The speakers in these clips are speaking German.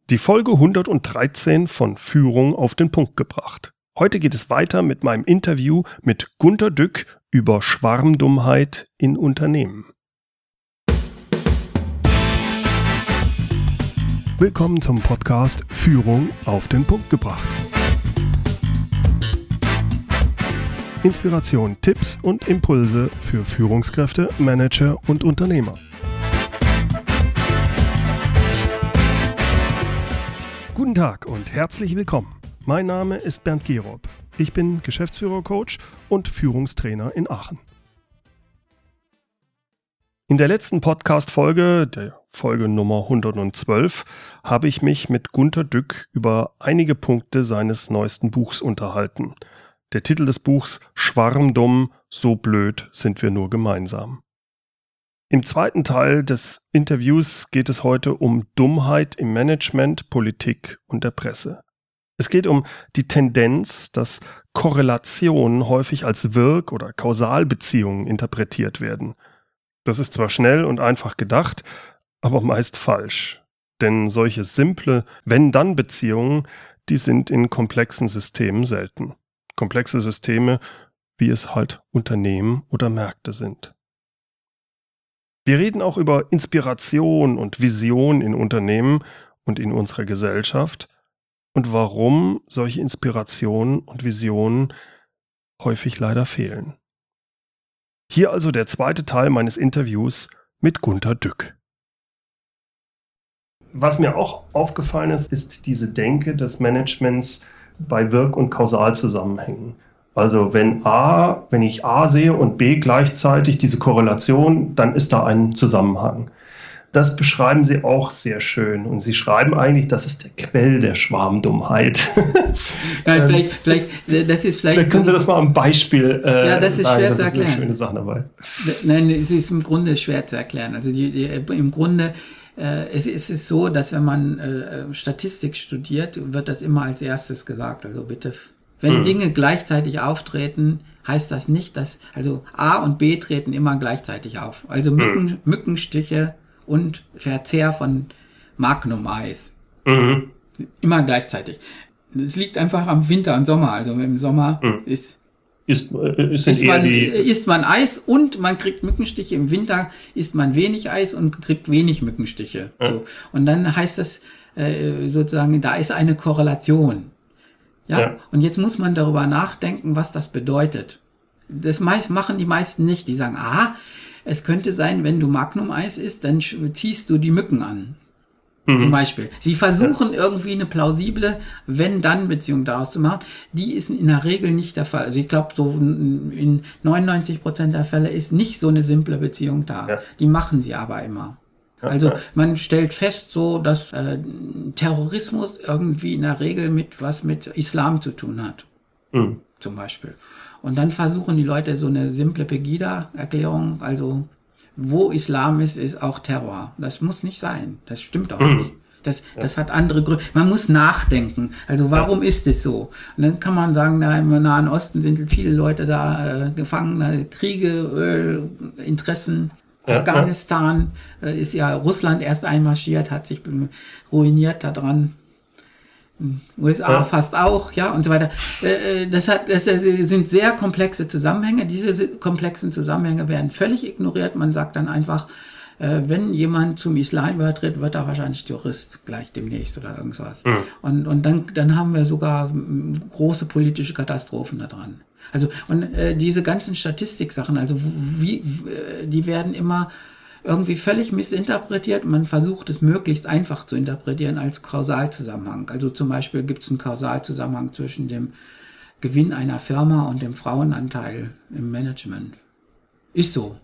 Die Folge 113 von Führung auf den Punkt gebracht. Heute geht es weiter mit meinem Interview mit Gunter Dück über Schwarmdummheit in Unternehmen. Willkommen zum Podcast Führung auf den Punkt gebracht. Inspiration, Tipps und Impulse für Führungskräfte, Manager und Unternehmer. Guten Tag und herzlich willkommen. Mein Name ist Bernd Gerob. Ich bin Geschäftsführer-Coach und Führungstrainer in Aachen. In der letzten Podcast-Folge, der Folge Nummer 112, habe ich mich mit Gunter Dück über einige Punkte seines neuesten Buchs unterhalten. Der Titel des Buchs Schwarmdumm, so blöd sind wir nur gemeinsam. Im zweiten Teil des Interviews geht es heute um Dummheit im Management, Politik und der Presse. Es geht um die Tendenz, dass Korrelationen häufig als Wirk- oder Kausalbeziehungen interpretiert werden. Das ist zwar schnell und einfach gedacht, aber meist falsch. Denn solche simple Wenn-Dann-Beziehungen, die sind in komplexen Systemen selten. Komplexe Systeme, wie es halt Unternehmen oder Märkte sind. Wir reden auch über Inspiration und Vision in Unternehmen und in unserer Gesellschaft und warum solche Inspirationen und Visionen häufig leider fehlen. Hier also der zweite Teil meines Interviews mit Gunter Dück. Was mir auch aufgefallen ist diese Denke des Managements bei Wirk- und Kausalzusammenhängen. Also wenn ich A sehe und B gleichzeitig diese Korrelation, dann ist da ein Zusammenhang. Das beschreiben Sie auch sehr schön. Und Sie schreiben eigentlich, das ist der Quell der Schwarmdummheit. Nein, vielleicht können Sie das mal am Beispiel ja, das ist sagen, schwer das zu ist erklären. Eine schöne Sache dabei. Nein, es ist im Grunde schwer zu erklären. Also im Grunde es ist so, dass wenn man Statistik studiert, wird das immer als erstes gesagt. Also bitte, wenn Dinge gleichzeitig auftreten, heißt das nicht, dass, also A und B treten immer gleichzeitig auf. Also Mückenstiche und Verzehr von Magnum-Eis. Immer gleichzeitig. Es liegt einfach am Winter und Sommer. Also im Sommer isst man Eis und man kriegt Mückenstiche. Im Winter isst man wenig Eis und kriegt wenig Mückenstiche. So. Und dann heißt das sozusagen, da ist eine Korrelation. Ja? Und jetzt muss man darüber nachdenken, was das bedeutet. Das machen die meisten nicht. Die sagen, es könnte sein, wenn du Magnum-Eis isst, dann ziehst du die Mücken an. Zum Beispiel. Sie versuchen irgendwie eine plausible Wenn-Dann-Beziehung daraus zu machen. Die ist in der Regel nicht der Fall. Also ich glaube, so in 99% der Fälle ist nicht so eine simple Beziehung da. Ja. Die machen sie aber immer. Also man stellt fest, so dass Terrorismus irgendwie in der Regel was mit Islam zu tun hat. Zum Beispiel. Und dann versuchen die Leute so eine simple Pegida-Erklärung, also wo Islam ist auch Terror. Das muss nicht sein. Das stimmt auch nicht. Das hat andere Gründe. Man muss nachdenken. Also warum ist es so? Und dann kann man sagen, da im Nahen Osten sind viele Leute da gefangen, Kriege, Öl, Interessen. Afghanistan ist ja Russland erst einmarschiert, hat sich ruiniert daran. USA fast auch, ja, und so weiter. Das sind sehr komplexe Zusammenhänge. Diese komplexen Zusammenhänge werden völlig ignoriert. Man sagt dann einfach, wenn jemand zum Islam übertritt, wird er wahrscheinlich Terrorist gleich demnächst oder irgendwas. Und dann haben wir sogar große politische Katastrophen da dran. Also, und diese ganzen Statistiksachen, also die werden immer irgendwie völlig missinterpretiert. Man versucht es möglichst einfach zu interpretieren als Kausalzusammenhang. Also zum Beispiel gibt es einen Kausalzusammenhang zwischen dem Gewinn einer Firma und dem Frauenanteil im Management. Ist so.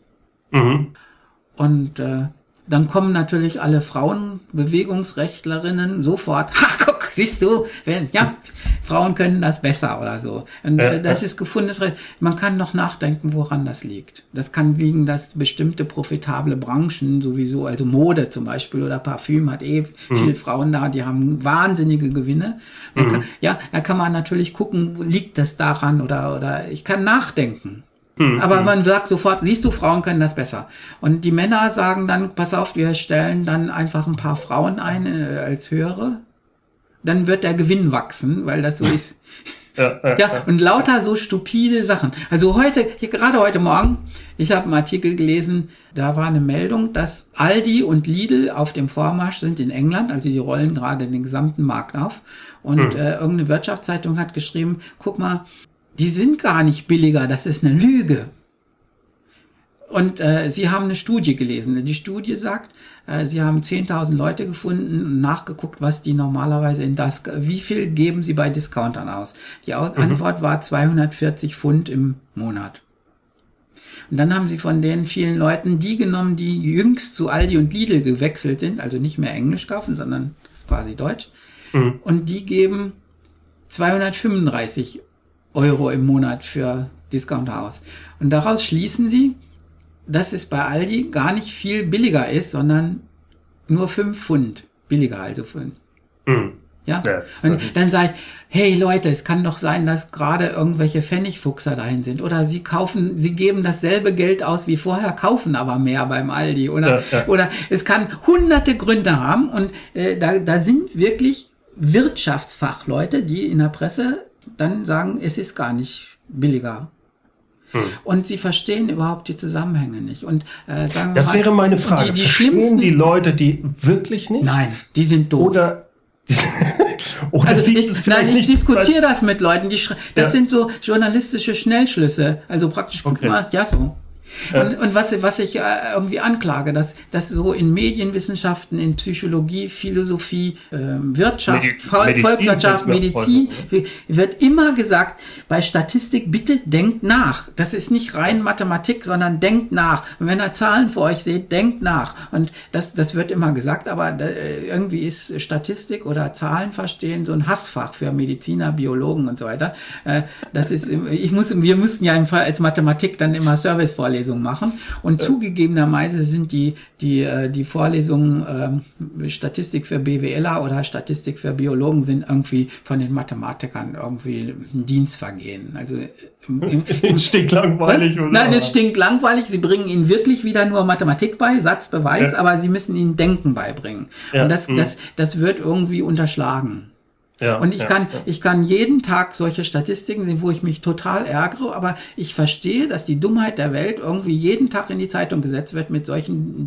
Und dann kommen natürlich alle Frauenbewegungsrechtlerinnen sofort, guck, siehst du, Frauen können das besser oder so. Und das ist gefundenes Recht. Man kann noch nachdenken, woran das liegt. Das kann liegen, dass bestimmte profitable Branchen sowieso, also Mode zum Beispiel oder Parfüm hat viele Frauen da, die haben wahnsinnige Gewinne. Da kann man natürlich gucken, liegt das daran oder ich kann nachdenken. Aber man sagt sofort, siehst du, Frauen können das besser. Und die Männer sagen dann, pass auf, wir stellen dann einfach ein paar Frauen ein als höhere dann wird der Gewinn wachsen, weil das so ist. Ja, und lauter so stupide Sachen. Also gerade heute Morgen, ich habe einen Artikel gelesen, da war eine Meldung, dass Aldi und Lidl auf dem Vormarsch sind in England, also die rollen gerade den gesamten Markt auf. Und irgendeine Wirtschaftszeitung hat geschrieben, guck mal, die sind gar nicht billiger, das ist eine Lüge. Und sie haben eine Studie gelesen. Die Studie sagt, sie haben 10.000 Leute gefunden und nachgeguckt, was die normalerweise wie viel geben sie bei Discountern aus. Die Antwort war 240 Pfund im Monat. Und dann haben sie von den vielen Leuten die genommen, die jüngst zu Aldi und Lidl gewechselt sind, also nicht mehr Englisch kaufen, sondern quasi Deutsch. Und die geben 235 Euro im Monat für Discounter aus. Und daraus schließen sie, dass es bei Aldi gar nicht viel billiger ist, sondern nur 5 Pfund billiger, also 5. Ja? Und dann sage ich, hey Leute, es kann doch sein, dass gerade irgendwelche Pfennigfuchser dahin sind. Oder sie geben dasselbe Geld aus wie vorher, kaufen aber mehr beim Aldi. Oder es kann hunderte Gründe haben. Und da sind wirklich Wirtschaftsfachleute, die in der Presse dann sagen, es ist gar nicht billiger. Und sie verstehen überhaupt die Zusammenhänge nicht. Und sagen das wäre meine Frage. Die verstehen die Leute die wirklich nicht? Nein, die sind doof. Oder also ich diskutiere das mit Leuten. Das sind so journalistische Schnellschlüsse. Also praktisch, guck mal, ja so. Und was ich irgendwie anklage, dass so in Medienwissenschaften, in Psychologie, Philosophie, Wirtschaft, Volkswirtschaft, Medizin, wird immer gesagt, bei Statistik bitte denkt nach. Das ist nicht rein Mathematik, sondern denkt nach. Und wenn ihr Zahlen vor euch seht, denkt nach. Und das wird immer gesagt, aber irgendwie ist Statistik oder Zahlen verstehen so ein Hassfach für Mediziner, Biologen und so weiter. Wir mussten ja als Mathematik dann immer Servicevorlesungen machen und zugegebenerweise sind die Vorlesungen Statistik für BWLer oder Statistik für Biologen sind irgendwie von den Mathematikern irgendwie ein Dienstvergehen. Also stinklangweilig, oder? Nein, es stinklangweilig. Sie bringen ihnen wirklich wieder nur Mathematik bei, Satzbeweis, aber sie müssen ihnen Denken beibringen. Ja. Und das wird irgendwie unterschlagen. Ja, und ich kann jeden Tag solche Statistiken sehen, wo ich mich total ärgere, aber ich verstehe, dass die Dummheit der Welt irgendwie jeden Tag in die Zeitung gesetzt wird mit solchen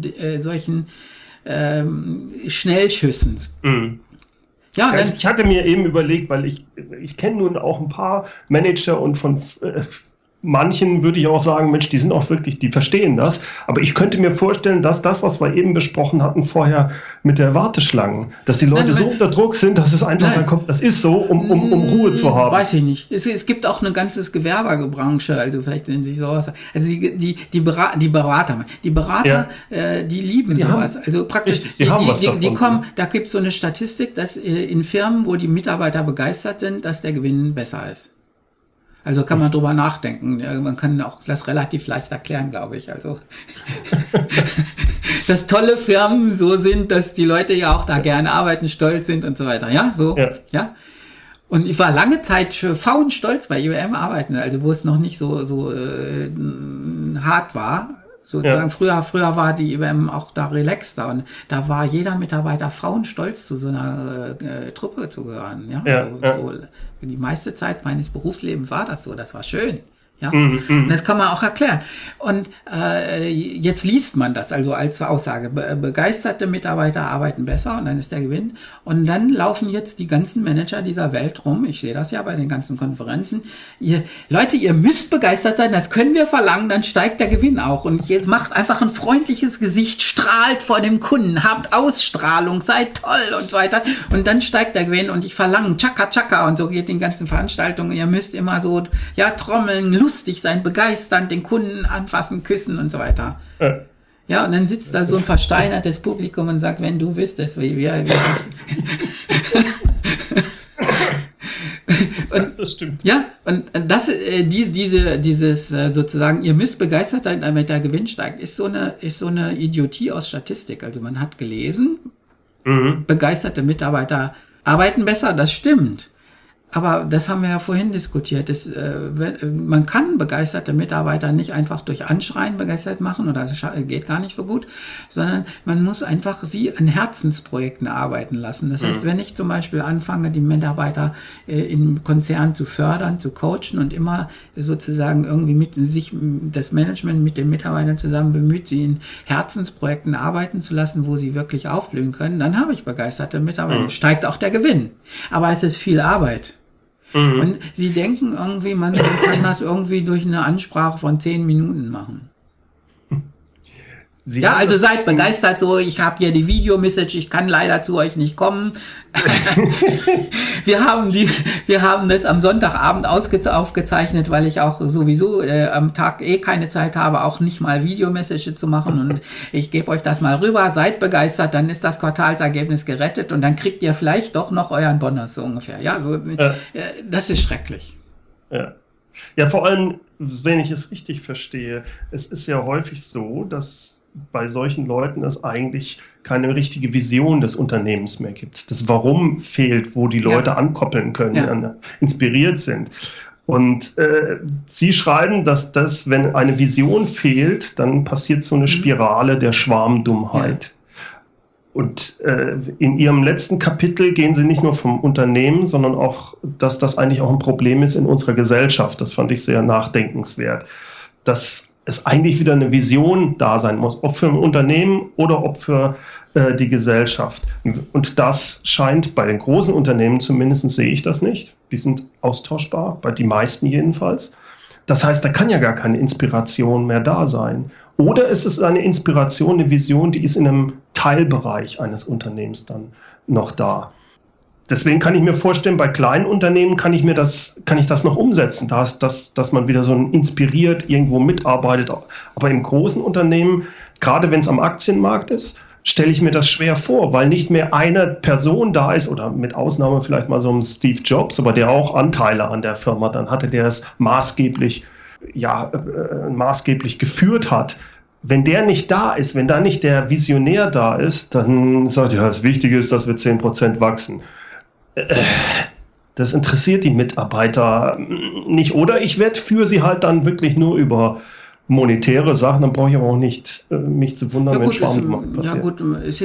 Schnellschüssen. Ja, also ich hatte mir eben überlegt, weil ich kenne nun auch ein paar Manager und von manchen würde ich auch sagen, Mensch, die sind auch wirklich, die verstehen das. Aber ich könnte mir vorstellen, dass das, was wir eben besprochen hatten vorher mit der Warteschlangen, dass die Leute so unter Druck sind, dass es einfach dann kommt, das ist so, um Ruhe zu haben. Weiß ich nicht. Es gibt auch eine ganze Gewerbebranche, also vielleicht sind sie sowas. Also die Berater, die lieben sowas. Also praktisch, die kommen, da gibt es so eine Statistik, dass in Firmen, wo die Mitarbeiter begeistert sind, dass der Gewinn besser ist. Also kann man drüber nachdenken. Man kann auch das relativ leicht erklären, glaube ich. Also, dass tolle Firmen so sind, dass die Leute ja auch da gerne arbeiten, stolz sind und so weiter. Ja, so. Ja. Und ich war lange Zeit faunstolz bei IBM arbeiten, also wo es noch nicht so hart war. Sozusagen früher war die IBM auch da relaxter und da war jeder Mitarbeiter frauenstolz zu so einer Truppe zu gehören. So die meiste Zeit meines Berufslebens war das so, das war schön. Ja, und das kann man auch erklären. Und jetzt liest man das also als Aussage. Begeisterte Mitarbeiter arbeiten besser und dann ist der Gewinn. Und dann laufen jetzt die ganzen Manager dieser Welt rum. Ich sehe das ja bei den ganzen Konferenzen. Leute, ihr müsst begeistert sein, das können wir verlangen, dann steigt der Gewinn auch. Und jetzt macht einfach ein freundliches Gesicht, strahlt vor dem Kunden, habt Ausstrahlung, seid toll und so weiter. Und dann steigt der Gewinn und ich verlange Chaka Chaka und so geht den ganzen Veranstaltungen. Ihr müsst immer so, trommeln, lustig sein, begeistern, den Kunden anfassen, küssen und so weiter. Ja, und dann sitzt da so ein versteinertes Publikum und sagt, wenn du wüsstest, wie wir und, das stimmt. Ja, und das, dieses sozusagen, ihr müsst begeistert sein, damit der Gewinn steigt, ist so eine Idiotie aus Statistik. Also man hat gelesen, begeisterte Mitarbeiter arbeiten besser, das stimmt. Aber das haben wir ja vorhin diskutiert. Man kann begeisterte Mitarbeiter nicht einfach durch Anschreien begeistert machen, oder das geht gar nicht so gut, sondern man muss einfach sie an Herzensprojekten arbeiten lassen. Das heißt, wenn ich zum Beispiel anfange, die Mitarbeiter im Konzern zu fördern, zu coachen und immer sozusagen irgendwie mit sich das Management mit den Mitarbeitern zusammen bemüht, sie in Herzensprojekten arbeiten zu lassen, wo sie wirklich aufblühen können, dann habe ich begeisterte Mitarbeiter. Steigt auch der Gewinn. Aber es ist viel Arbeit. Und sie denken irgendwie, man kann das irgendwie durch eine Ansprache von 10 Minuten machen. Also seid begeistert, so, ich habe hier die Video-Message, ich kann leider zu euch nicht kommen. Wir haben das am Sonntagabend aufgezeichnet, weil ich auch sowieso am Tag keine Zeit habe, auch nicht mal Video-Message zu machen, und ich gebe euch das mal rüber, seid begeistert, dann ist das Quartalsergebnis gerettet und dann kriegt ihr vielleicht doch noch euren Bonus, so ungefähr. Das ist schrecklich. Ja, vor allem, wenn ich es richtig verstehe, es ist ja häufig so, dass bei solchen Leuten es eigentlich keine richtige Vision des Unternehmens mehr gibt. Das Warum fehlt, wo die Leute ankoppeln können, inspiriert sind. Und Sie schreiben, dass wenn eine Vision fehlt, dann passiert so eine Spirale der Schwarmdummheit. Ja. Und in Ihrem letzten Kapitel gehen Sie nicht nur vom Unternehmen, sondern auch, dass das eigentlich auch ein Problem ist in unserer Gesellschaft. Das fand ich sehr nachdenkenswert. Dass es eigentlich wieder eine Vision da sein muss, ob für ein Unternehmen oder ob für die Gesellschaft. Und das scheint bei den großen Unternehmen, zumindest sehe ich das nicht. Die sind austauschbar, bei den meisten jedenfalls. Das heißt, da kann ja gar keine Inspiration mehr da sein. Oder ist es eine Inspiration, eine Vision, die ist in einem Teilbereich eines Unternehmens dann noch da. Deswegen kann ich mir vorstellen, bei kleinen Unternehmen kann ich das noch umsetzen, dass man wieder so inspiriert irgendwo mitarbeitet. Aber im großen Unternehmen, gerade wenn es am Aktienmarkt ist, stelle ich mir das schwer vor, weil nicht mehr eine Person da ist, oder mit Ausnahme vielleicht mal so einem Steve Jobs, aber der auch Anteile an der Firma dann hatte, der es maßgeblich geführt hat. Wenn der nicht da ist, wenn da nicht der Visionär da ist, dann sagt er, das Wichtige ist, dass wir 10% wachsen. Das interessiert die Mitarbeiter nicht. Oder ich werde für sie halt dann wirklich nur über monetäre Sachen, dann brauche ich aber auch nicht mich zu wundern, wenn Schwarmdummheit passiert. Ja gut,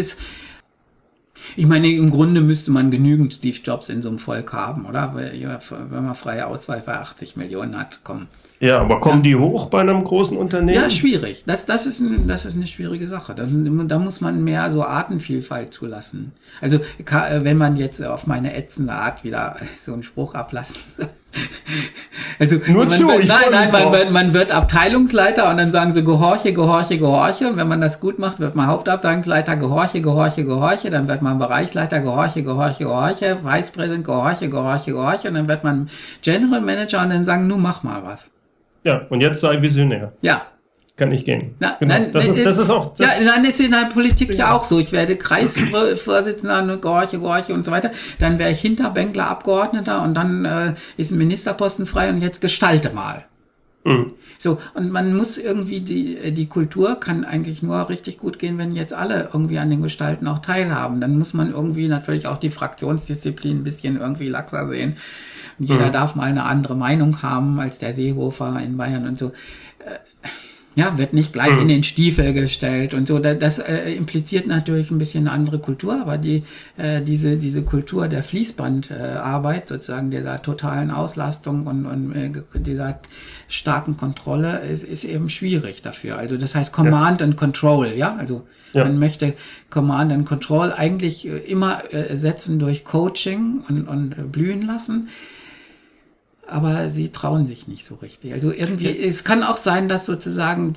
ich meine, im Grunde müsste man genügend Steve Jobs in so einem Volk haben, oder? Wenn man freie Auswahl für 80 Millionen hat, komm. Ja, aber kommen die hoch bei einem großen Unternehmen? Ja, schwierig. Das ist eine schwierige Sache. Da muss man mehr so Artenvielfalt zulassen. Also, wenn man jetzt auf meine ätzende Art wieder so einen Spruch ablassen. Also, man wird Abteilungsleiter und dann sagen sie Gehorche, Gehorche, Gehorche. Und wenn man das gut macht, wird man Hauptabteilungsleiter, Gehorche, Gehorche, Gehorche. Dann wird man Bereichsleiter, Gehorche, Gehorche, Gehorche. Vicepräsident, Gehorche, Gehorche, Gehorche. Und dann wird man General Manager und dann sagen, nun mach mal was. Ja, und jetzt sei Visionär. Ja. Kann ich gehen. Das ist in der Politik ja auch so. Ich werde Kreisvorsitzender, Gehorche und so weiter. Dann wäre ich Hinterbänkler Abgeordneter und dann ist ein Ministerposten frei und jetzt gestalte mal. So, und man muss irgendwie die Kultur kann eigentlich nur richtig gut gehen, wenn jetzt alle irgendwie an den Gestalten auch teilhaben. Dann muss man irgendwie natürlich auch die Fraktionsdisziplin ein bisschen irgendwie laxer sehen. Und jeder darf mal eine andere Meinung haben als der Seehofer in Bayern und so. Wird nicht gleich in den Stiefel gestellt und so. Das impliziert natürlich ein bisschen eine andere Kultur, aber diese Kultur der Fließbandarbeit, sozusagen dieser totalen Auslastung und dieser starken Kontrolle ist eben schwierig dafür. Also das heißt Command and Control, ja? Also man möchte Command and Control eigentlich immer ersetzen durch Coaching und blühen lassen. Aber sie trauen sich nicht so richtig. Also irgendwie, es kann auch sein, dass sozusagen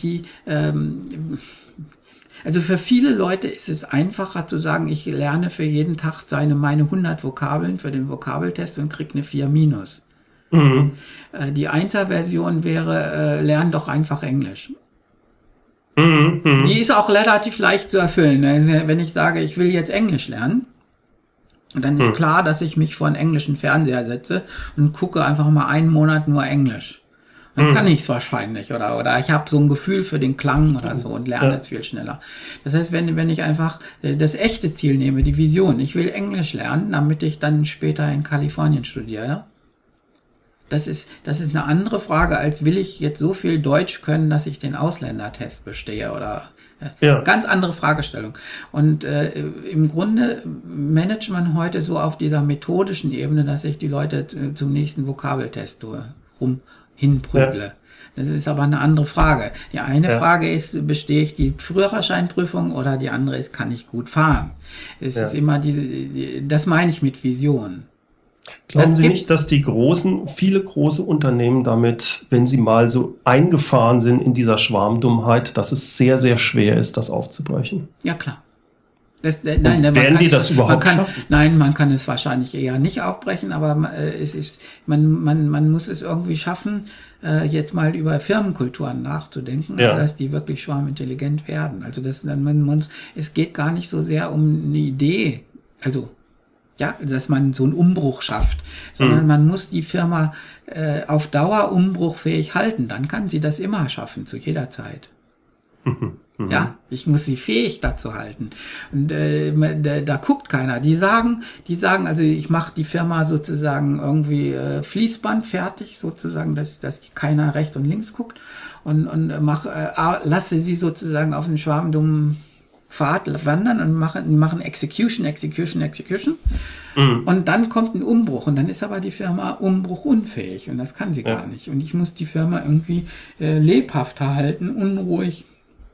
also für viele Leute ist es einfacher zu sagen, ich lerne für jeden Tag meine 100 Vokabeln für den Vokabeltest und krieg eine 4-. Die Einser-Version wäre, lern doch einfach Englisch. Die ist auch relativ leicht zu erfüllen. Also wenn ich sage, ich will jetzt Englisch lernen, und dann ist klar, dass ich mich vor einen englischen Fernseher setze und gucke einfach mal einen Monat nur Englisch. Dann kann ich es wahrscheinlich. Oder ich habe so ein Gefühl für den Klang oder so und lerne es viel schneller. Das heißt, wenn ich einfach das echte Ziel nehme, die Vision, ich will Englisch lernen, damit ich dann später in Kalifornien studiere, Das ist eine andere Frage, als will ich jetzt so viel Deutsch können, dass ich den Ausländertest bestehe oder ganz andere Fragestellung. Und im Grunde managt man heute so auf dieser methodischen Ebene, dass ich die Leute zum nächsten Vokabeltest hinprügle. Ja. Das ist aber eine andere Frage. Die eine Frage ist, bestehe ich die Führerscheinprüfung, oder die andere ist, kann ich gut fahren? Es ist immer das meine ich mit Vision. Glauben Sie nicht, dass viele große Unternehmen damit, wenn sie mal so eingefahren sind in dieser Schwarmdummheit, dass es sehr, sehr schwer ist, das aufzubrechen? Ja, klar. Werden die das überhaupt schaffen? Nein, man kann es wahrscheinlich eher nicht aufbrechen, aber man muss es irgendwie schaffen, jetzt mal über Firmenkulturen nachzudenken, also dass die wirklich schwarmintelligent werden. Also es geht gar nicht so sehr um eine Idee, also dass man so einen Umbruch schafft, sondern man muss die Firma auf Dauer umbruchfähig halten. Dann kann sie das immer schaffen, zu jeder Zeit. Ja, ich muss sie fähig dazu halten. Und da guckt keiner. Die sagen, also ich mache die Firma sozusagen irgendwie Fließband fertig, sozusagen, dass keiner rechts und links guckt und lasse sie sozusagen auf einen schwarmdummen Pfad wandern und machen Execution. Und dann kommt ein Umbruch und dann ist aber die Firma umbruchunfähig und das kann sie gar nicht. Und ich muss die Firma irgendwie lebhafter halten, unruhig.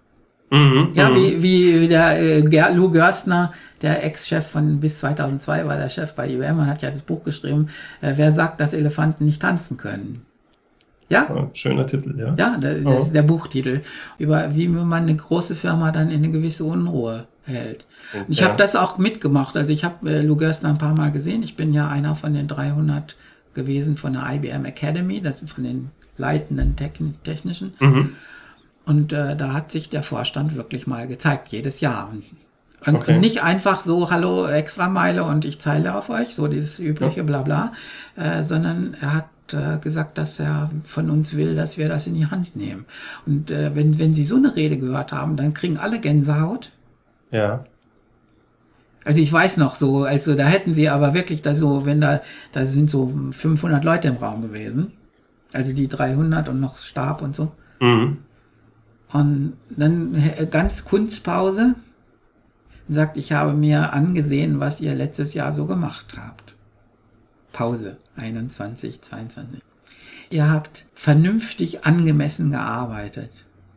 Wie der Lou Gerstner, der Ex-Chef bis 2002 war der Chef bei IBM und hat ja das Buch geschrieben, wer sagt, dass Elefanten nicht tanzen können? Ja? Oh, schöner Titel, ja. Ja, das ist der Buchtitel. Über wie man eine große Firma dann in eine gewisse Unruhe hält. Und ich habe das auch mitgemacht. Also ich habe Lou Gerstner ein paar Mal gesehen. Ich bin ja einer von den 300 gewesen von der IBM Academy. Das ist von den leitenden Technischen. Und da hat sich der Vorstand wirklich mal gezeigt, jedes Jahr. Und nicht einfach so, hallo, Extrameile und ich zeile auf euch, so dieses übliche Blabla, sondern er hat gesagt, dass er von uns will, dass wir das in die Hand nehmen. Und wenn Sie so eine Rede gehört haben, dann kriegen alle Gänsehaut. Ja. Also ich weiß noch so, also da hätten Sie aber wirklich da sind so 500 Leute im Raum gewesen. Also die 300 und noch Stab und so. Und dann ganz Kunstpause und sagt, ich habe mir angesehen, was ihr letztes Jahr so gemacht habt. Pause, 21, 22. Ihr habt vernünftig angemessen gearbeitet.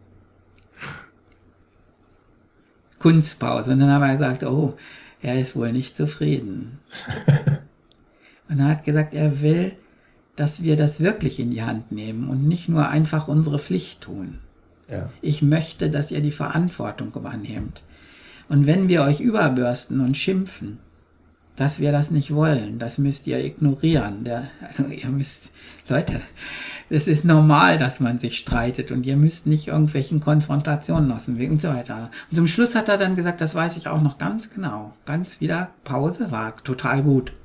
Kunstpause. Und dann haben wir gesagt, oh, er ist wohl nicht zufrieden. Und er hat gesagt, er will, dass wir das wirklich in die Hand nehmen und nicht nur einfach unsere Pflicht tun. Ja. Ich möchte, dass ihr die Verantwortung übernehmt. Und wenn wir euch überbürsten und schimpfen, dass wir das nicht wollen, das müsst ihr ignorieren. Leute, es ist normal, dass man sich streitet und ihr müsst nicht irgendwelchen Konfrontationen lassen und so weiter. Und zum Schluss hat er dann gesagt, das weiß ich auch noch ganz genau. Ganz wieder Pause, war total gut.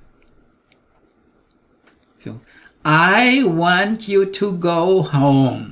So. I want you to go home.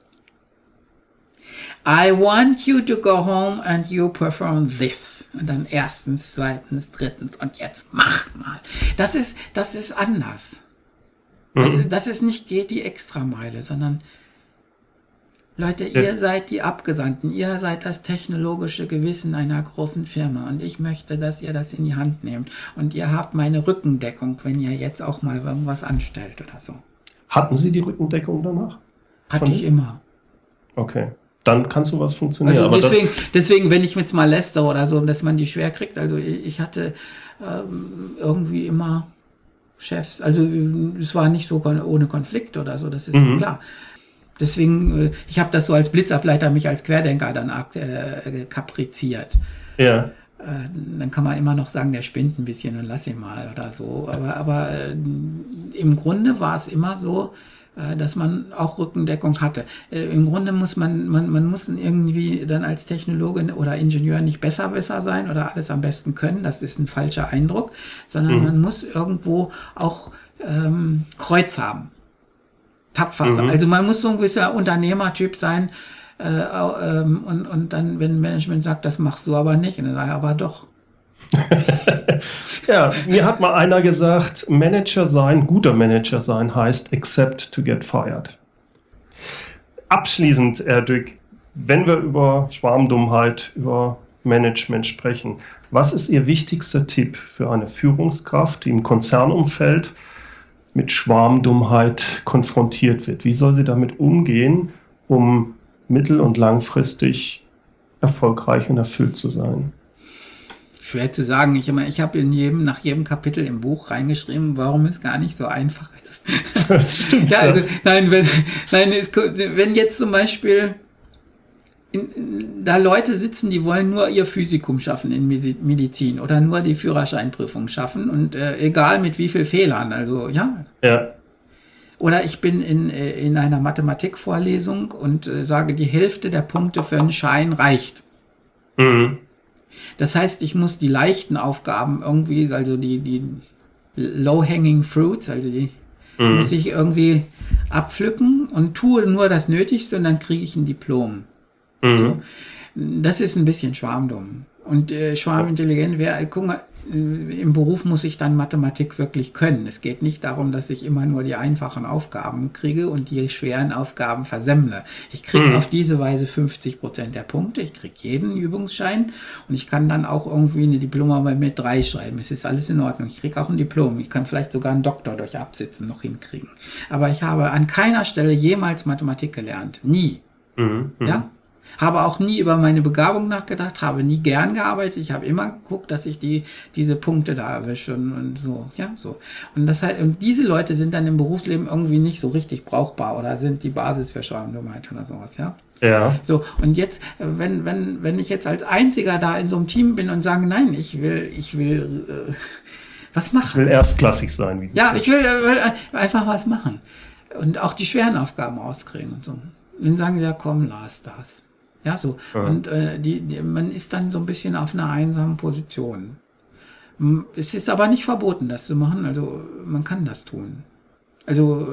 I want you to go home and you perform this. Und dann erstens, zweitens, drittens und jetzt macht mal. Das ist anders. Das ist nicht geht die Extrameile, sondern Leute, ihr seid die Abgesandten, ihr seid das technologische Gewissen einer großen Firma und ich möchte, dass ihr das in die Hand nehmt und ihr habt meine Rückendeckung, wenn ihr jetzt auch mal irgendwas anstellt oder so. Hatten Sie die Rückendeckung danach? Hatte ich immer. Okay. Dann kann sowas funktionieren. Also aber deswegen, wenn ich jetzt mal lästere oder so, dass man die schwer kriegt, also ich hatte irgendwie immer Chefs, also es war nicht so ohne Konflikt oder so, das ist klar. Deswegen, ich habe das so als Blitzableiter, mich als Querdenker dann kapriziert. Ja. Dann kann man immer noch sagen, der spinnt ein bisschen und lass ihn mal oder so. Aber im Grunde war es immer so, dass man auch Rückendeckung hatte. Im Grunde muss man muss irgendwie dann als Technologe oder Ingenieur nicht besser sein oder alles am besten können. Das ist ein falscher Eindruck, sondern man muss irgendwo auch Kreuz haben. Tapfer sein. Also man muss so ein gewisser Unternehmertyp sein und dann, wenn Management sagt, das machst du aber nicht, und dann sage ich, aber doch. Ja, mir hat mal einer gesagt, guter Manager sein heißt accept to get fired. Abschließend, Herr Dück, wenn wir über Schwarmdummheit, über Management sprechen, was ist Ihr wichtigster Tipp für eine Führungskraft, die im Konzernumfeld mit Schwarmdummheit konfrontiert wird? Wie soll sie damit umgehen, um mittel- und langfristig erfolgreich und erfüllt zu sein? Schwer zu sagen. Ich habe nach jedem Kapitel im Buch reingeschrieben, warum es gar nicht so einfach ist. Das stimmt. Ja, also, wenn jetzt zum Beispiel da Leute sitzen, die wollen nur ihr Physikum schaffen in Medizin oder nur die Führerscheinprüfung schaffen und egal mit wie viel Fehlern, also ja. Oder ich bin in einer Mathematikvorlesung und sage, die Hälfte der Punkte für einen Schein reicht. Mhm. Das heißt, ich muss die leichten Aufgaben irgendwie, also die low-hanging fruits, also die muss ich irgendwie abpflücken und tue nur das Nötigste und dann kriege ich ein Diplom. So. Das ist ein bisschen schwarmdumm. Und schwarmintelligent wäre, guck mal, im Beruf muss ich dann Mathematik wirklich können. Es geht nicht darum, dass ich immer nur die einfachen Aufgaben kriege und die schweren Aufgaben versemmle. Ich kriege auf diese Weise 50% der Punkte. Ich kriege jeden Übungsschein und ich kann dann auch irgendwie eine Diplomarbeit mit 3 schreiben. Es ist alles in Ordnung. Ich kriege auch ein Diplom. Ich kann vielleicht sogar einen Doktor durch Absitzen noch hinkriegen. Aber ich habe an keiner Stelle jemals Mathematik gelernt. Nie. Ja? Habe auch nie über meine Begabung nachgedacht, habe nie gern gearbeitet. Ich habe immer geguckt, dass ich diese Punkte da erwische und so, ja, so. Und diese Leute sind dann im Berufsleben irgendwie nicht so richtig brauchbar oder sind die Basis für Schwarmdummheit oder sowas, ja. Ja. So, und jetzt, wenn ich jetzt als Einziger da in so einem Team bin und sage, nein, ich will was machen. Ich will erstklassig sein. Wie ja, ich will einfach was machen. Und auch die schweren Aufgaben rauskriegen und so. Und dann sagen sie, ja komm, lass das. Ja, so. Ja. Und man ist dann so ein bisschen auf einer einsamen Position. Es ist aber nicht verboten, das zu machen. Also man kann das tun. Also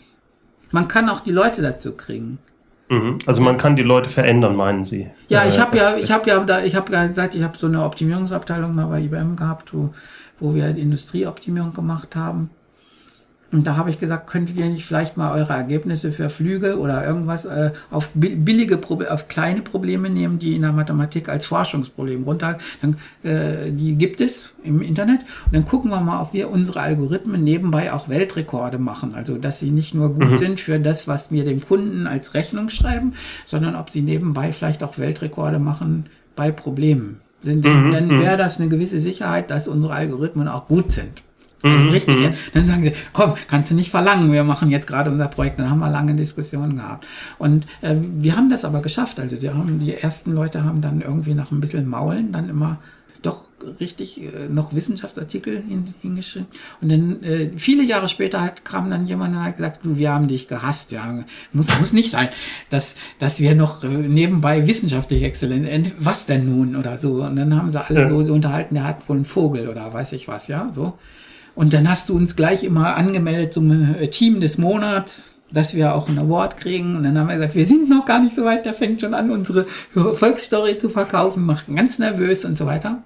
man kann auch die Leute dazu kriegen. Also man kann die Leute verändern, meinen Sie? Ja, ich habe gesagt, ich habe so eine Optimierungsabteilung mal bei IBM gehabt, wo wir Industrieoptimierung gemacht haben. Und da habe ich gesagt, könntet ihr nicht vielleicht mal eure Ergebnisse für Flüge oder irgendwas auf auf kleine Probleme nehmen, die in der Mathematik als Forschungsproblem die gibt es im Internet. Und dann gucken wir mal, ob wir unsere Algorithmen nebenbei auch Weltrekorde machen. Also, dass sie nicht nur gut sind für das, was wir dem Kunden als Rechnung schreiben, sondern ob sie nebenbei vielleicht auch Weltrekorde machen bei Problemen. Denn dann wäre das eine gewisse Sicherheit, dass unsere Algorithmen auch gut sind. Richtig, ja. Dann sagen sie, komm, kannst du nicht verlangen, wir machen jetzt gerade unser Projekt. Dann haben wir lange Diskussionen gehabt. Und wir haben das aber geschafft. Also die ersten Leute haben dann irgendwie nach ein bisschen Maulen dann immer doch richtig noch Wissenschaftsartikel hingeschrieben. Und dann viele Jahre später kam dann jemand und hat gesagt, du, wir haben dich gehasst. Ja, muss nicht sein, dass wir noch nebenbei wissenschaftlich exzellent, was denn nun oder so. Und dann haben sie alle so unterhalten, der hat wohl einen Vogel oder weiß ich was, ja, so. Und dann hast du uns gleich immer angemeldet zum Team des Monats, dass wir auch einen Award kriegen. Und dann haben wir gesagt, wir sind noch gar nicht so weit, der fängt schon an, unsere Volksstory zu verkaufen, macht ganz nervös und so weiter.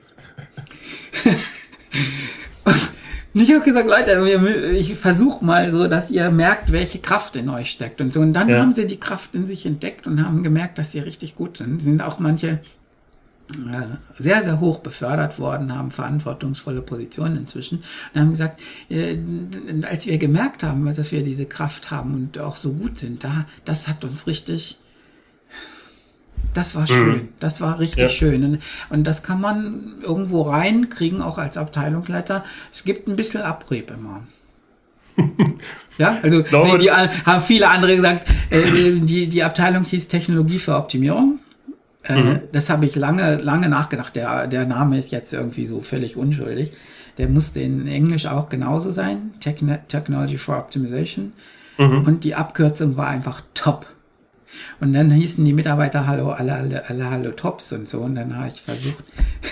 Und ich habe gesagt, Leute, ich versuche mal so, dass ihr merkt, welche Kraft in euch steckt und so. Und dann haben sie die Kraft in sich entdeckt und haben gemerkt, dass sie richtig gut sind. Sind auch manche sehr, sehr hoch befördert worden, haben verantwortungsvolle Positionen inzwischen und haben gesagt, als wir gemerkt haben, dass wir diese Kraft haben und auch so gut sind, das hat uns richtig, das war schön, das war richtig schön und das kann man irgendwo reinkriegen, auch als Abteilungsleiter. Es gibt ein bisschen Abrieb immer. Ja, also haben viele andere gesagt, die Abteilung hieß Technologie für Optimierung. Das habe ich lange nachgedacht. Der Name ist jetzt irgendwie so völlig unschuldig. Der musste in Englisch auch genauso sein. Technology for Optimization. Und die Abkürzung war einfach TOP. Und dann hießen die Mitarbeiter alle Tops und so. Und dann habe ich versucht,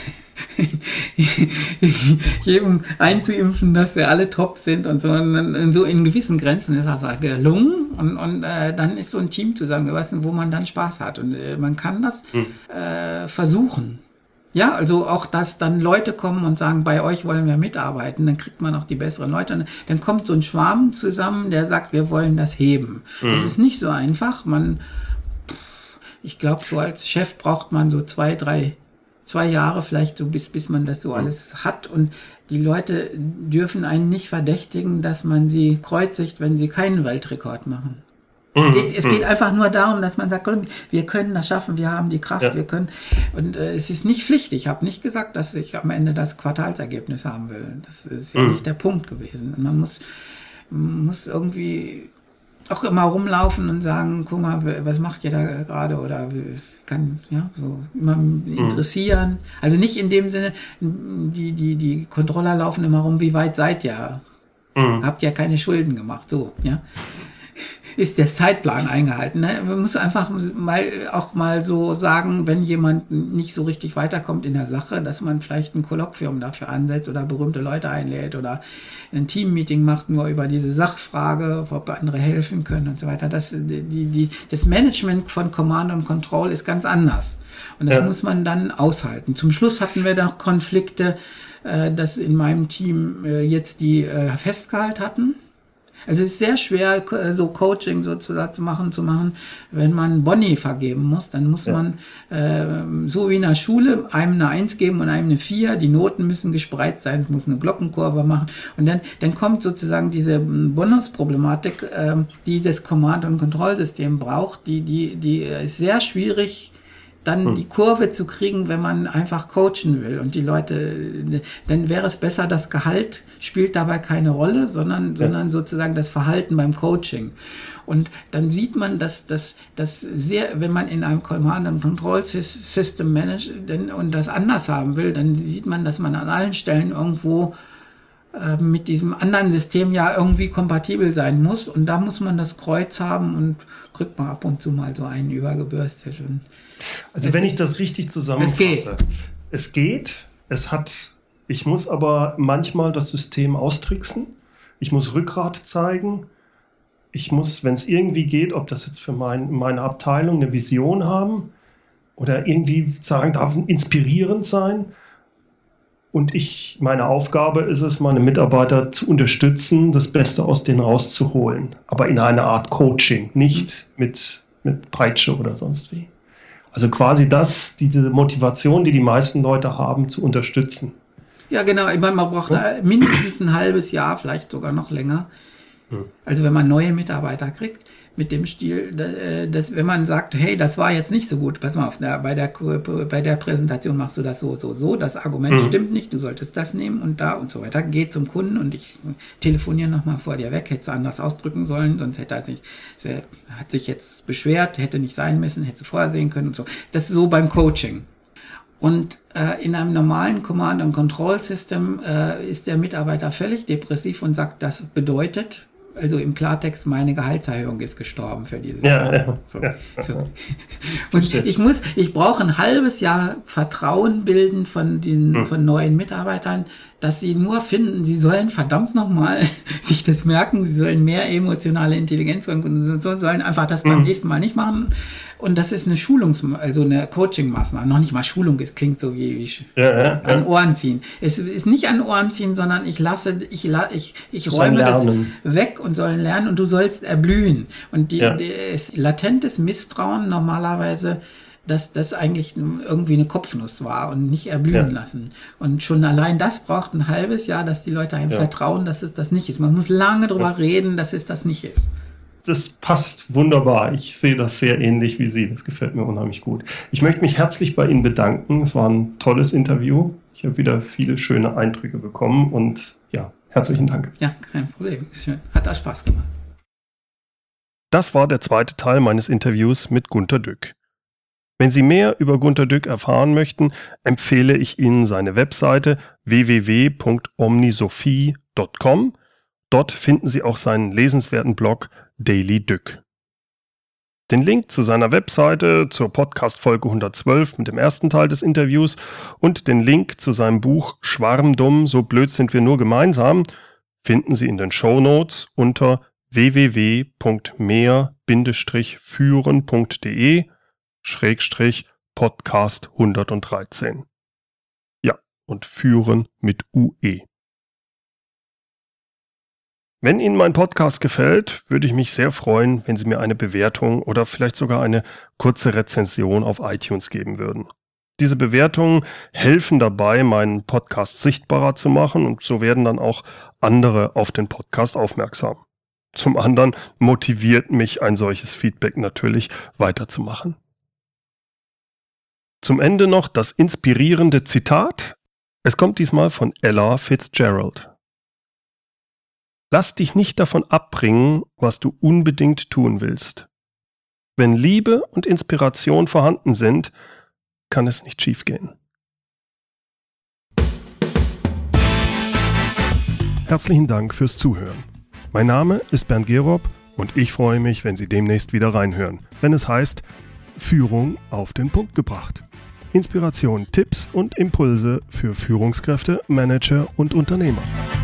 jedem einzuimpfen, dass wir alle top sind und so. Und so in gewissen Grenzen ist das halt gelungen. Und dann ist so ein Team zusammengewachsen, wo man dann Spaß hat. Und man kann das versuchen. Ja, also auch, dass dann Leute kommen und sagen, bei euch wollen wir mitarbeiten, dann kriegt man auch die besseren Leute. Dann kommt so ein Schwarm zusammen, der sagt, wir wollen das heben. Das ist nicht so einfach. Ich glaube, so als Chef braucht man so 2 Jahre vielleicht so, bis man das so alles hat. Und die Leute dürfen einen nicht verdächtigen, dass man sie kreuzigt, wenn sie keinen Weltrekord machen. Es geht einfach nur darum, dass man sagt, wir können das schaffen, wir haben die Kraft, wir können. Und es ist nicht Pflicht. Ich habe nicht gesagt, dass ich am Ende das Quartalsergebnis haben will. Das ist ja nicht der Punkt gewesen. Und man muss irgendwie auch immer rumlaufen und sagen, guck mal, was macht ihr da gerade? Oder kann so immer interessieren. Also nicht in dem Sinne, die Controller laufen immer rum, wie weit seid ihr? Habt ja keine Schulden gemacht, so, ja. Ist der Zeitplan eingehalten. Ne? Man muss einfach mal so sagen, wenn jemand nicht so richtig weiterkommt in der Sache, dass man vielleicht ein Kolloquium dafür ansetzt oder berühmte Leute einlädt oder ein Teammeeting macht nur über diese Sachfrage, ob andere helfen können und so weiter. Das Management von Command und Control ist ganz anders. Und das muss man dann aushalten. Zum Schluss hatten wir noch Konflikte, dass in meinem Team jetzt die festgehalten hatten. Also es ist sehr schwer, so Coaching sozusagen zu machen, wenn man Boni vergeben muss, dann muss man so wie in der Schule einem eine 1 geben und einem eine 4, die Noten müssen gespreizt sein, es muss eine Glockenkurve machen und dann kommt sozusagen diese Bonusproblematik, die das Command- und Kontrollsystem braucht, die ist sehr schwierig, dann die Kurve zu kriegen, wenn man einfach coachen will und die Leute, dann wäre es besser, das Gehalt spielt dabei keine Rolle, sondern sozusagen das Verhalten beim Coaching. Und dann sieht man, dass sehr, wenn man in einem Command and Control System managt und das anders haben will, dann sieht man, dass man an allen Stellen irgendwo mit diesem anderen System ja irgendwie kompatibel sein muss und da muss man das Kreuz haben und kriegt man ab und zu mal so einen übergebürstet. Also wenn ich das richtig zusammenfasse, es geht, ich muss aber manchmal das System austricksen, ich muss Rückgrat zeigen, ich muss, wenn es irgendwie geht, ob das jetzt für meine Abteilung eine Vision haben oder irgendwie sagen darf, inspirierend sein. Und meine Aufgabe ist es, meine Mitarbeiter zu unterstützen, das Beste aus denen rauszuholen. Aber in einer Art Coaching, nicht mit Peitsche oder sonst wie. Also quasi diese Motivation, die meisten Leute haben, zu unterstützen. Ja, genau. Ich meine, man braucht mindestens ein halbes Jahr, vielleicht sogar noch länger. Also wenn man neue Mitarbeiter kriegt, mit dem Stil, dass wenn man sagt, hey, das war jetzt nicht so gut, pass mal auf, bei der Präsentation machst du das so, das Argument stimmt nicht, du solltest das nehmen und da und so weiter, geh zum Kunden und ich telefoniere nochmal vor dir weg, hätte es anders ausdrücken sollen, sonst hat sich jetzt beschwert, hätte nicht sein müssen, hätte es vorher sehen können und so. Das ist so beim Coaching. Und in einem normalen Command- und Control-System ist der Mitarbeiter völlig depressiv und sagt, das bedeutet, also im Klartext, meine Gehaltserhöhung ist gestorben für dieses Jahr. So. Und ich brauche ein halbes Jahr Vertrauen bilden von neuen Mitarbeitern, dass sie nur finden, sie sollen verdammt nochmal sich das merken, sie sollen mehr emotionale Intelligenz und sollen einfach das beim nächsten Mal nicht machen. Und das ist eine Coaching-Maßnahme. Noch nicht mal Schulung, es klingt so wie an Ohren ziehen. Es ist nicht an Ohren ziehen, sondern ich räume das weg und sollen lernen und du sollst erblühen. Und latentes Misstrauen normalerweise, dass das eigentlich irgendwie eine Kopfnuss war und nicht erblühen lassen. Und schon allein das braucht ein halbes Jahr, dass die Leute einem vertrauen, dass es das nicht ist. Man muss lange drüber reden, dass es das nicht ist. Das passt wunderbar. Ich sehe das sehr ähnlich wie Sie. Das gefällt mir unheimlich gut. Ich möchte mich herzlich bei Ihnen bedanken. Es war ein tolles Interview. Ich habe wieder viele schöne Eindrücke bekommen und herzlichen Dank. Ja, kein Problem. Ist schön. Hat auch Spaß gemacht. Das war der zweite Teil meines Interviews mit Gunter Dück. Wenn Sie mehr über Gunter Dück erfahren möchten, empfehle ich Ihnen seine Webseite www.omnisophie.com. Dort finden Sie auch seinen lesenswerten Blog Daily Dück. Den Link zu seiner Webseite, zur Podcast-Folge 112 mit dem ersten Teil des Interviews und den Link zu seinem Buch Schwarmdumm, so blöd sind wir nur gemeinsam, finden Sie in den Shownotes unter www.mehr-führen.de/Podcast 113. und Führen mit UE. Wenn Ihnen mein Podcast gefällt, würde ich mich sehr freuen, wenn Sie mir eine Bewertung oder vielleicht sogar eine kurze Rezension auf iTunes geben würden. Diese Bewertungen helfen dabei, meinen Podcast sichtbarer zu machen und so werden dann auch andere auf den Podcast aufmerksam. Zum anderen motiviert mich ein solches Feedback natürlich weiterzumachen. Zum Ende noch das inspirierende Zitat. Es kommt diesmal von Ella Fitzgerald. Lass dich nicht davon abbringen, was du unbedingt tun willst. Wenn Liebe und Inspiration vorhanden sind, kann es nicht schiefgehen. Herzlichen Dank fürs Zuhören. Mein Name ist Bernd Gerob und ich freue mich, wenn Sie demnächst wieder reinhören, wenn es heißt Führung auf den Punkt gebracht. Inspiration, Tipps und Impulse für Führungskräfte, Manager und Unternehmer.